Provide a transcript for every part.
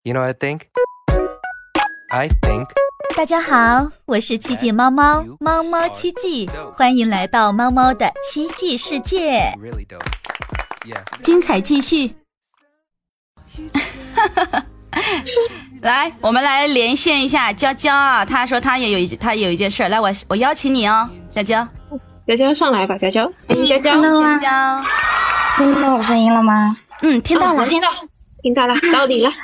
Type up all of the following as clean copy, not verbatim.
You know what I think? 大家好，我是奇迹猫猫，猫猫奇迹，欢迎来到猫猫的奇迹世界，精彩继续。 来，我们来连线一下娇娇啊，她说她也有一件事，来，我邀请你哦，娇娇。 娇娇上来吧，娇娇。娇娇， 娇娇， 听到我声音了吗？ 听到了， 能听到了，到你了。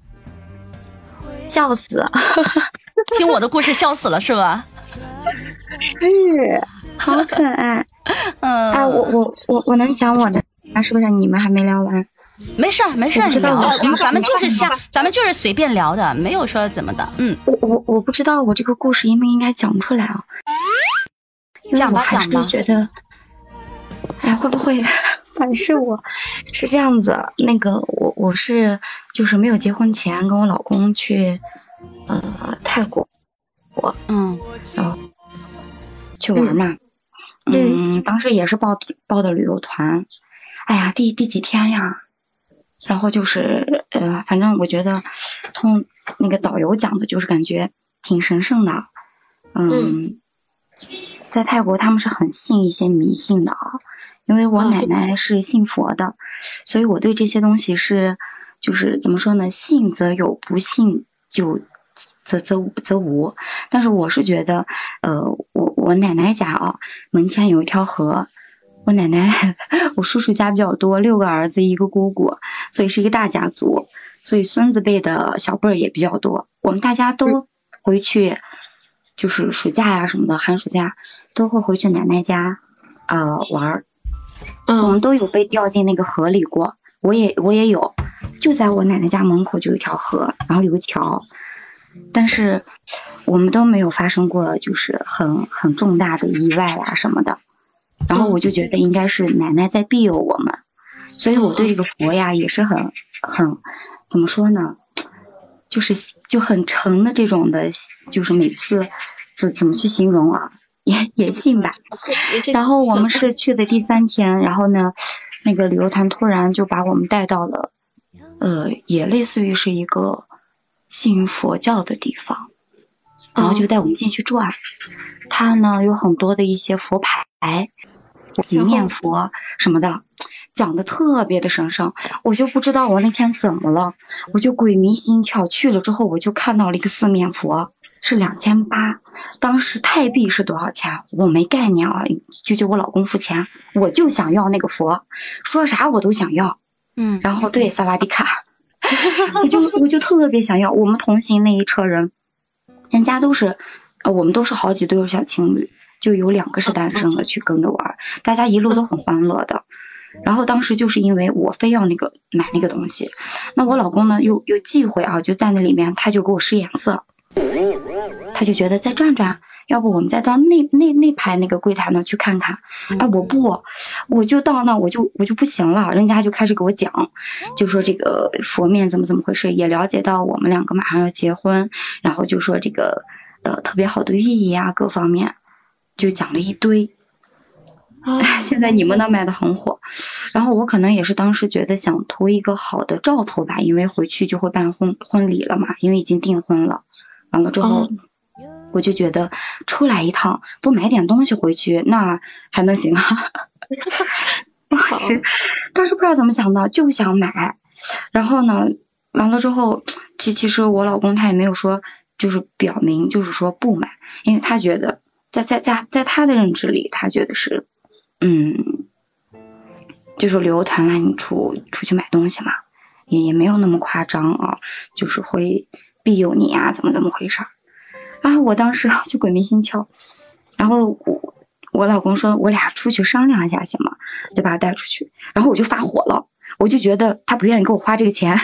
笑死！ 听我的故事笑死了是吧？ 是，好可爱。哎，我能讲我的，是不是？你们还没聊完？ 没事， 知道咱们就是随便聊的，没有说怎么的。 我不知道我这个故事应不应该讲出来啊？因为我还是觉得，哎，会不会反噬我？是这样子，那个我是就是没有结婚前跟我老公去泰国，然后去玩嘛，当时也是报的旅游团，哎呀，第几天呀，然后就是反正我觉得通那个导游讲的就是感觉挺神圣的，在泰国他们是很信一些迷信的啊。因为我奶奶是信佛的，所以我对这些东西是就是怎么说呢，信则有，不信就则无。但是我是觉得我奶奶家啊，门前有一条河，我奶奶我叔叔家比较多，6个儿子1个姑姑，所以是一个大家族，所以孙子辈的小辈儿也比较多，我们大家都回去就是暑假呀什么的，寒暑假都会回去奶奶家玩。我们都有被掉进那个河里过，我也有，就在我奶奶家门口就有一条河，然后有个桥，但是我们都没有发生过就是很重大的意外啊什么的，然后我就觉得应该是奶奶在庇佑我们，所以我对这个佛呀也是很怎么说呢，就很诚的这种的，就是每次怎么去形容啊，也信吧。然后我们是去的第3天，然后呢那个旅游团突然就把我们带到了也类似于是一个信佛教的地方，然后就带我们进去转。它呢有很多的一些佛牌，几面佛什么的，讲的特别的神圣。我就不知道我那天怎么了，我就鬼迷心窍，去了之后我就看到了一个4面佛，是2800，当时泰币是多少钱我没概念啊，就我老公付钱，我就想要那个佛，说啥我都想要。然后对萨瓦迪卡我就特别想要。我们同行那一车人，人家都是我们都是好几对小情侣，就有2个是单身的去跟着玩，大家一路都很欢乐的。然后当时就是因为我非要买那个东西，那我老公呢又忌讳啊，就在那里面他就给我使眼色，他就觉得再转转，要不我们再到那排那个柜台呢去看看。我就到那我就不行了，人家就开始给我讲，就说这个佛面怎么回事，也了解到我们2个马上要结婚，然后就说这个特别好的寓意啊，各方面就讲了一堆。现在你们那卖的很火，然后我可能也是当时觉得想图一个好的兆头吧，因为回去就会办婚礼了嘛，因为已经订婚了。完了之后我就觉得出来一趟不买点东西回去那还能行啊当时不知道怎么想的，就想买。然后呢完了之后其实我老公他也没有说就是表明就是说不买，因为他觉得在他的认知里，他觉得是就是旅游团啦，你出去买东西嘛，也没有那么夸张啊，就是会庇佑你啊，怎么回事啊？我当时就鬼迷心窍，然后我老公说我俩出去商量一下行吗？就把他带出去，然后我就发火了，我就觉得他不愿意给我花这个钱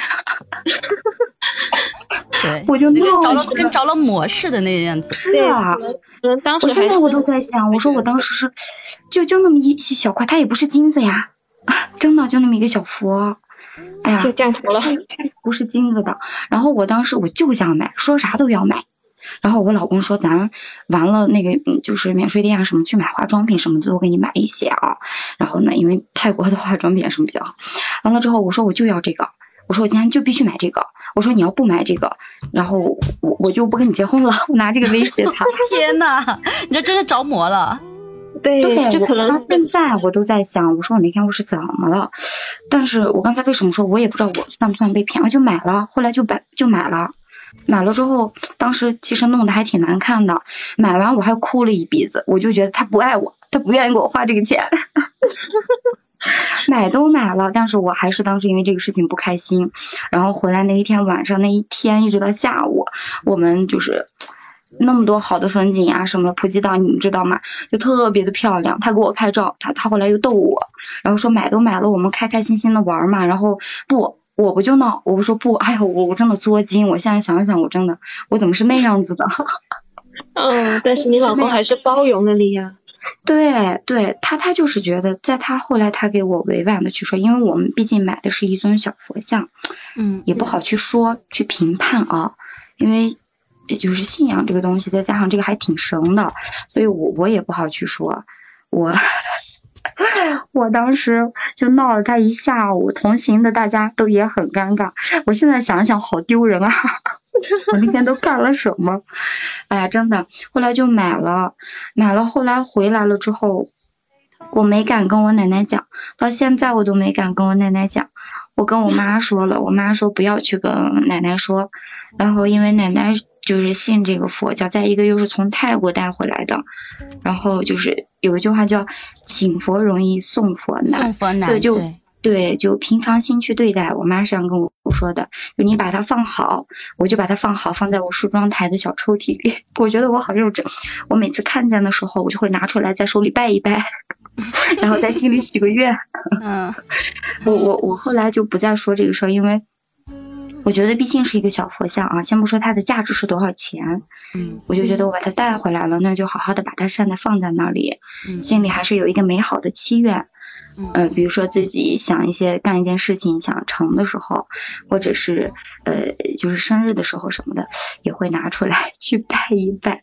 对， 我就跟着了魔似的那样子。 是啊，我现在我都在想，我说我当时是就那么一小块，它也不是金子呀，真的就那么一个小佛，哎呀， 就降头了， 不是金子的。然后我当时我就想买，说啥都要买。然后我老公说咱完了那个就是免税店啊什么去买化妆品什么的都给你买一些啊。然后呢因为泰国的化妆品什么比较好，完了之后我说我就要这个， 我说我今天就必须买这个，我说你要不买这个，然后我就不跟你结婚了，我拿这个威胁他。 天哪，你这真是着魔了。 对，就可能到现在我都在想，我说我那天我是怎么了？但是我刚才为什么说我也不知道我算不算被骗，我就买了，后来就买了。买了之后，当时其实弄得还挺难看的，买完我还哭了一鼻子，我就觉得他不爱我，他不愿意给我花这个钱。买都买了，但是我还是当时因为这个事情不开心，然后回来那一天晚上，那一天一直到下午，我们就是那么多好的风景啊什么的，普吉岛你们知道吗？就特别的漂亮。他给我拍照，他后来又逗我，然后说买都买了，我们开开心心的玩嘛。然后我不就闹，我说不，哎呦，我真的作精。我现在想想，我怎么是那样子的？ 但是你老公还是包容了你呀。 对，他就是觉得，在他后来他给我委婉的去说，因为我们毕竟买的是一尊小佛像，也不好去说去评判啊，因为也就是信仰这个东西，再加上这个还挺神的，所以我也不好去说。我当时就闹了他一下午，同行的大家都也很尴尬。我现在想想好丢人啊，我那天都干了什么？哎呀，真的。后来就买了，后来回来了之后，我没敢跟我奶奶讲，到现在我都没敢跟我奶奶讲。我跟我妈说了，我妈说不要去跟奶奶说，然后因为奶奶就是信这个佛教，再一个又是从泰国带回来的，然后就是有一句话叫请佛容易送佛难，所以就平常心去对待。我妈是这样跟我说的，就你把它放好，我就把它放好，放在我梳妆台的小抽屉里。我觉得我好幼稚，我每次看见的时候，我就会拿出来在手里拜一拜，然后在心里许个愿。我后来就不再说这个事儿，因为我觉得毕竟是一个小佛像啊，先不说它的价值是多少钱，我就觉得我把它带回来了，那就好好的把它善的放在那里，心里还是有一个美好的祈愿。比如说自己想干一件事情想成的时候，或者是就是生日的时候什么的，也会拿出来去拜一拜。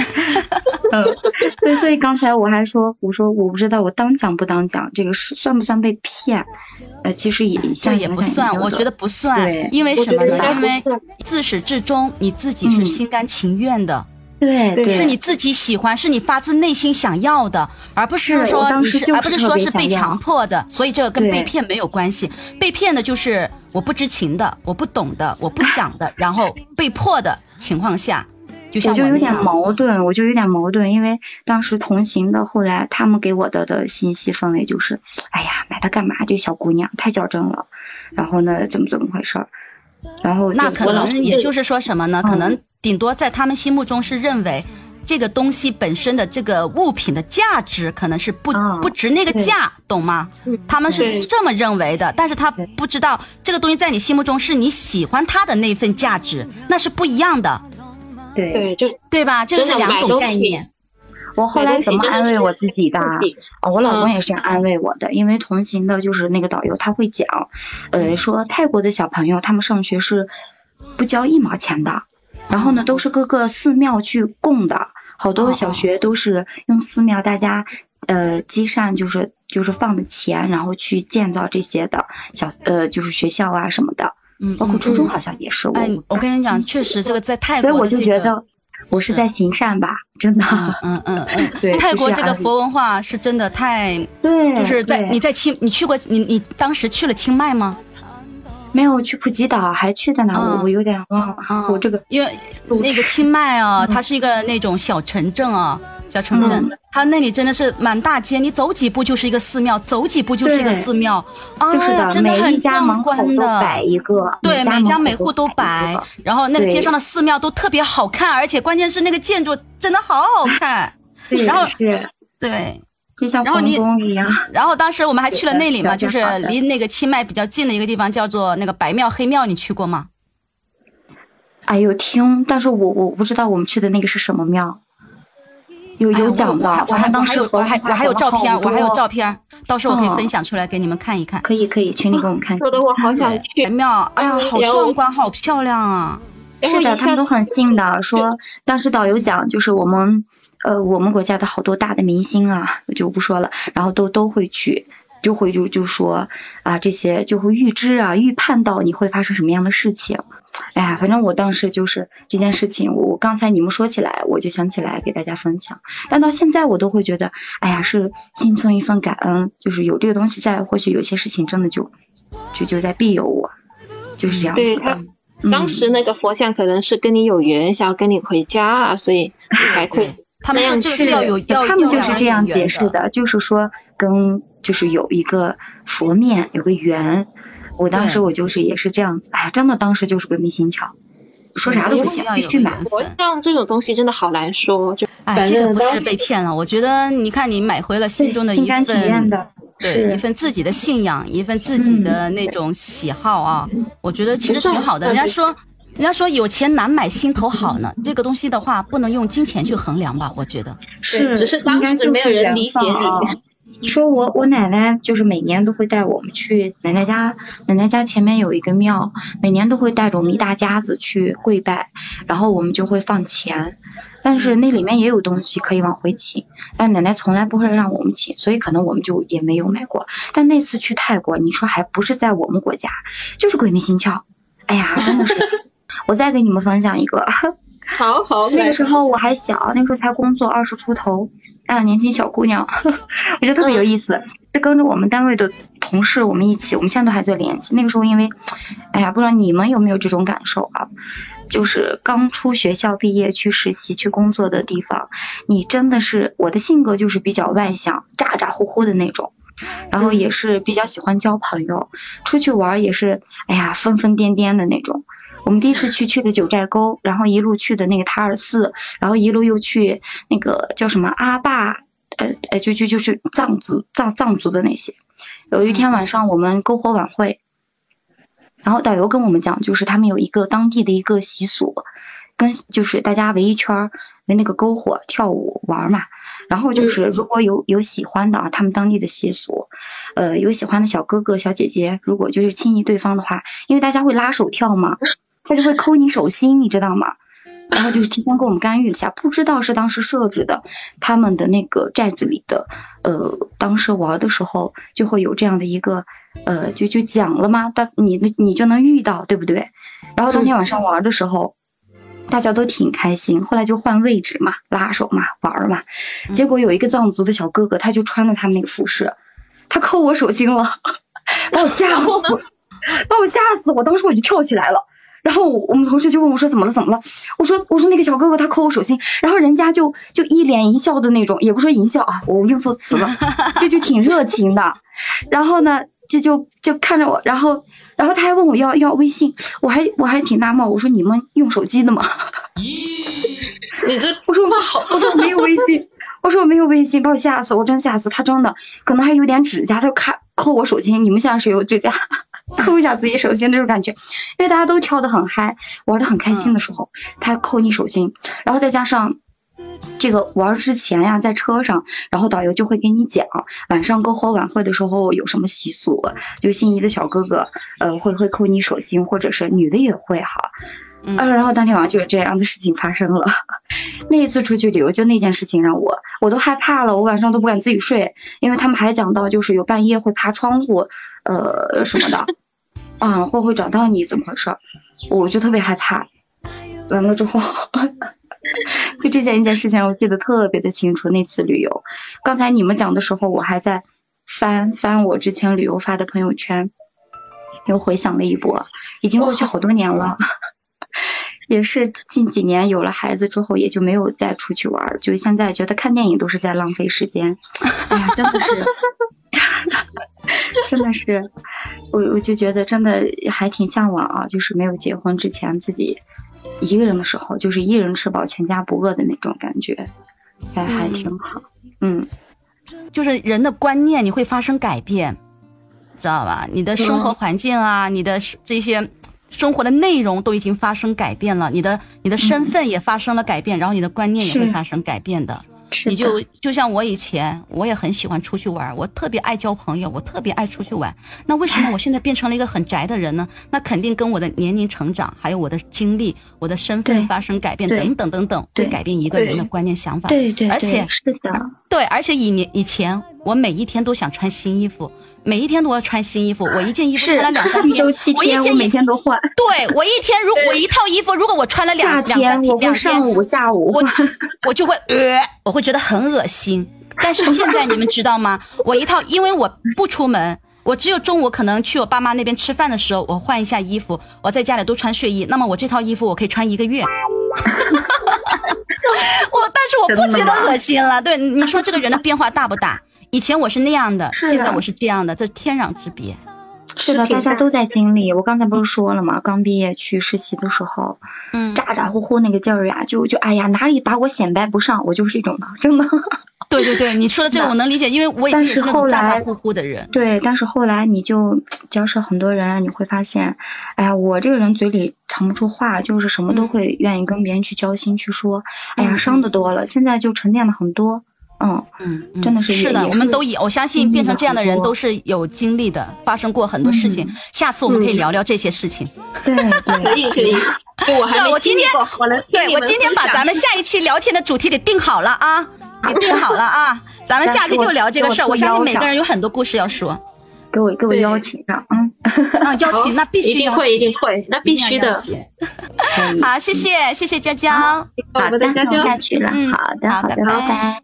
对，所以刚才我还说，我不知道我当讲不当讲，这个算不算被骗？其实这也不算，我觉得不算，因为什么呢？因为自始至终你自己是心甘情愿的。 对， 是你自己喜欢，是你发自内心想要的，而不是说是被强迫的，所以这个跟被骗没有关系。被骗的就是我不知情的，我不懂的，我不想的，然后被迫的情况下，就像我就有点矛盾，因为当时同行的后来他们给我的信息氛围就是，哎呀，买它干嘛？这小姑娘太较真了，然后呢，怎么回事？然后那可能也就是说什么呢？可能顶多在他们心目中是认为这个东西本身的这个物品的价值可能是不值那个价，懂吗？他们是这么认为的，但是他不知道这个东西在你心目中是你喜欢它的那份价值，那是不一样的。对吧？这是两种概念。 我后来怎么安慰我自己的？我老公也是这样安慰我的，因为同行的就是那个导游他会讲，说泰国的小朋友他们上学是不交1毛钱的，然后呢都是各个寺庙去供的，好多小学都是用寺庙大家积善就是放的钱，然后去建造这些的就是学校啊什么的，包括初中好像也是。 我跟你讲，确实这个在泰国， 所以我就觉得我是在行善吧，真的。对， 泰国这个佛文化是真的太就是你去过你当时去了清迈吗？ 没有，去普吉岛，还去在哪？我有点忘了。我这个因为那个清迈啊，它是一个那种小城镇啊，它那里真的是满大街，你走几步就是一个寺庙，走几步就是一个寺庙啊， 就是的， 真的很壮观的。每一家门口都摆一个， 对，每家每户都摆，然后那个街上的寺庙都特别好看，而且关键是那个建筑真的好好看。然后对。 就像皇宫一样。 然后当时我们还去了那里嘛，就是离那个清迈比较近的一个地方，叫做那个白庙黑庙，你去过吗？ 哎呦，听，但是我不知道我们去的那个是什么庙。有讲的， 我还有照片，到时候我可以分享出来给你们看一看。 可以，群里给我们看。 说的我好想去白庙，哎呀，好壮观，好漂亮啊！ 是的，他们都很信的，说当时导游讲，就是我们国家的好多大的明星啊，我就不说了，然后都会去， 就会就说啊，这些就会预知啊预判到你会发生什么样的事情。哎呀，反正我当时就是这件事情，我刚才你们说起来，我就想起来给大家分享。但到现在我都会觉得，哎呀，是心存一份感恩，就是有这个东西在，或许有些事情真的就在庇佑我，就是这样子的。 对他当时那个佛像可能是跟你有缘，想要跟你回家啊，所以你才会他们就是要有他们就是这样解释的，就是说就是有一个佛面，有个缘。我当时我就是也是这样子，哎呀，真的当时就是鬼迷心窍，说啥都不行，必须买。 佛像这种东西真的好难说，就这个不是被骗了。我觉得你看你买回了心中的一份对一份自己的信仰，一份自己的那种喜好啊，我觉得其实挺好的。人家说有钱难买心头好呢，这个东西的话不能用金钱去衡量吧，我觉得是，只是当时没有人理解你。 你说我奶奶就是每年都会带我们去奶奶家前面有一个庙，每年都会带着我们一大家子去跪拜，然后我们就会放钱，但是那里面也有东西可以往回请，但奶奶从来不会让我们请，所以可能我们就也没有买过。但那次去泰国，你说还不是在我们国家，就是鬼迷心窍，哎呀，真的是。我再给你们分享一个。 好， 那个时候我还小，那个时候才工作20出头，年轻小姑娘，我觉得特别有意思。是跟着我们单位的同事，我们一起，我们现在都还在联系。那个时候因为，哎呀，不知道你们有没有这种感受啊？就是刚出学校毕业去实习去工作的地方，你真的是，我的性格就是比较外向，咋咋呼呼的那种。然后也是比较喜欢交朋友，出去玩也是，哎呀，疯疯癫癫的那种。我们第一次去的九寨沟，然后一路去的那个塔尔寺，然后一路又去那个叫什么阿坝，就是藏族的那些。有一天晚上我们篝火晚会，然后导游跟我们讲，就是他们有一个当地的一个习俗，就是大家围一圈围那个篝火跳舞玩嘛。然后就是如果有喜欢的啊，他们当地的习俗，有喜欢的小哥哥小姐姐，如果就是亲昵对方的话，因为大家会拉手跳嘛，他就会抠你手心，你知道吗？然后就是提前跟我们干预一下，不知道是当时设置的他们的那个寨子里的当时玩的时候就会有这样的一个就讲了吗？你就能遇到，对不对？然后当天晚上玩的时候大家都挺开心，后来就换位置嘛，拉手嘛，玩嘛。结果有一个藏族的小哥哥，他就穿了他们那个服饰，他扣我手心了，把我吓死，我当时我就跳起来了。然后我们同事就问我说怎么了？我说那个小哥哥他扣我手心，然后人家就一脸一笑的那种，也不说淫笑啊，我用错词了，就挺热情的。然后呢就看着我，然后他还问我要微信，我还挺纳闷，我说你们用手机的吗？ 你这我说没有微信，我说我没有微信，把我吓死，我真吓死。他真的可能还有点指甲，他就扣我手心，你们现在谁有指甲？扣一下自己手心这种感觉，因为大家都跳得很嗨，玩得很开心的时候，他扣你手心，然后再加上这个玩之前呀，在车上，然后导游就会给你讲晚上篝火晚会的时候有什么习俗，就心仪的小哥哥会扣你手心，或者是女的也会哈。然后当天晚上就有这样的事情发生了。那一次出去旅游，就那件事情让我都害怕了，我晚上都不敢自己睡，因为他们还讲到就是有半夜会爬窗户什么的会找到你，怎么回事？我就特别害怕。完了之后就这一件事情我记得特别的清楚。那次旅游刚才你们讲的时候，我还在翻我之前旅游发的朋友圈，又回想了一波，已经过去好多年了。也是近几年有了孩子之后，也就没有再出去玩，就现在觉得看电影都是在浪费时间。哎呀，真的是真的是我就觉得真的还挺向往啊，就是没有结婚之前自己一个人的时候，就是一人吃饱全家不饿的那种感觉，还挺好。 就是人的观念你会发生改变，知道吧？你的生活环境啊，你的这些生活的内容都已经发生改变了，你的身份也发生了改变，然后你的观念也会发生改变的。你就像我以前，我也很喜欢出去玩，我特別愛交朋友，我特別愛出去玩。那为什么我现在变成了一个很宅的人呢？那肯定跟我的年龄成长，还有我的经历，我的身份发生改变等等，会改变一个人的观念想法。 对， 而且是的， 对，而且以前我每一天都想穿新衣服，每一天都要穿新衣服。我一件衣服穿了2-3天， 一周7天，我每天都换。 对，我一天我一套衣服，如果我穿了2-3天， 我会上午下午， 我就会我会觉得很恶心。但是现在你们知道吗？我一套，因为我不出门，我只有中午可能去我爸妈那边吃饭的时候，我换一下衣服，我在家里都穿睡衣，那么我这套衣服我可以穿1个月。但是我不觉得恶心了。对，你说这个人的变化大不大？以前我是那样的，现在我是这样的，这天壤之别。 是的，大家都在经历。我刚才不是说了吗？刚毕业去实习的时候，咋咋呼呼那个劲儿呀，就哎呀，哪里把我显摆不上，我就是这种的，真的。 对对对，你说的这个我能理解，因为我也是那种咋咋呼呼的人。 对，但是后来你就交涉很多人，你会发现，哎呀，我这个人嘴里藏不出话，就是什么都会愿意跟别人去交心去说，哎呀，伤的多了，现在就沉淀了很多。真的是的，我们都我相信变成这样的人都是有经历的，发生过很多事情。下次我们可以聊聊这些事情。 对， 可以。我今天把咱们下一期聊天的主题给定好了啊，咱们下期就聊这个事儿。我相信每个人有很多故事要说。 给我邀请上， 邀请那必须， 一定会，那必须的。 好，谢谢娇娇。 好的，那下去了。好的，拜拜。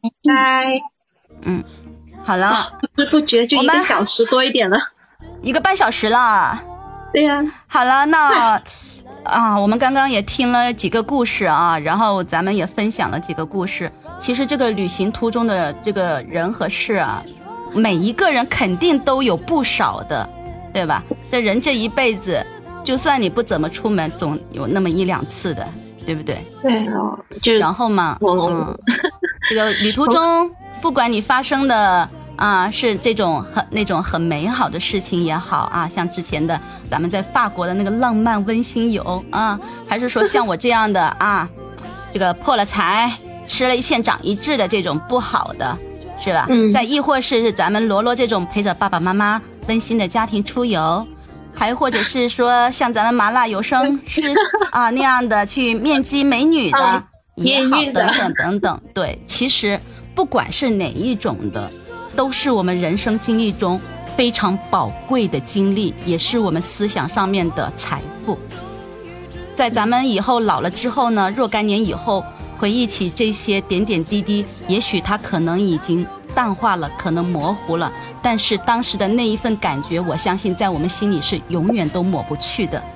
好了， 不知不觉就1个小时多一点了 ，1个半小时了。 对呀。 好了，那我们刚刚也听了几个故事啊，然后咱们也分享了几个故事。其实这个旅行途中的这个人和事啊，每一个人肯定都有不少的，对吧？这人这一辈子，就算你不怎么出门，总有那么1-2次的，对不对？ 对然后嘛，这个旅途中，不管你发生的是这种那种很美好的事情也好啊，像之前的咱们在法国的那个浪漫温馨游啊，还是说像我这样的这个破了财，吃了1堑长1智的这种不好的。是吧？再亦或是咱们罗罗这种陪着爸爸妈妈温馨的家庭出游，还或者是说像咱们麻辣有声是那样的去面基美女的也好，等等等等。对，其实不管是哪一种的，都是我们人生经历中非常宝贵的经历，也是我们思想上面的财富。在咱们以后老了之后呢，若干年以后回忆起这些点点滴滴，也许它可能已经淡化了，可能模糊了，但是当时的那一份感觉，我相信在我们心里是永远都抹不去的。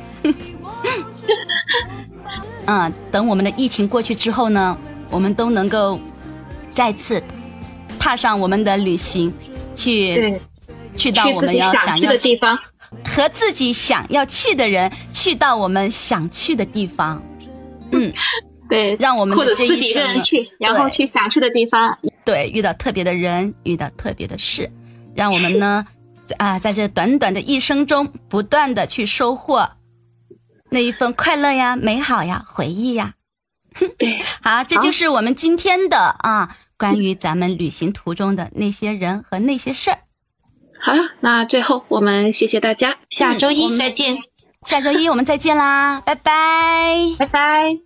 等我们的疫情过去之后呢，我们都能够再次踏上我们的旅行，去到我们想要去的地方， 和自己想要去的人去到我们想去的地方。 对， 让我们或者自己一个人去，然后去想去的地方。 对，遇到特别的人，遇到特别的事，让我们呢在这短短的一生中不断的去收获那一份快乐呀、美好呀、回忆呀。 对， 好，这就是我们今天的关于咱们旅行途中的那些人和那些事儿。 好，那最后我们谢谢大家，下周一再见。 下周一我们再见啦，拜拜， 拜拜。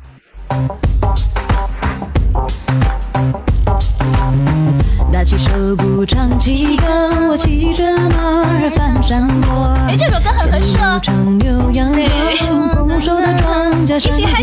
拿起手不唱起歌，我骑着马儿翻山坡。 这首歌很合适哦。 牛羊风收的庄稼上。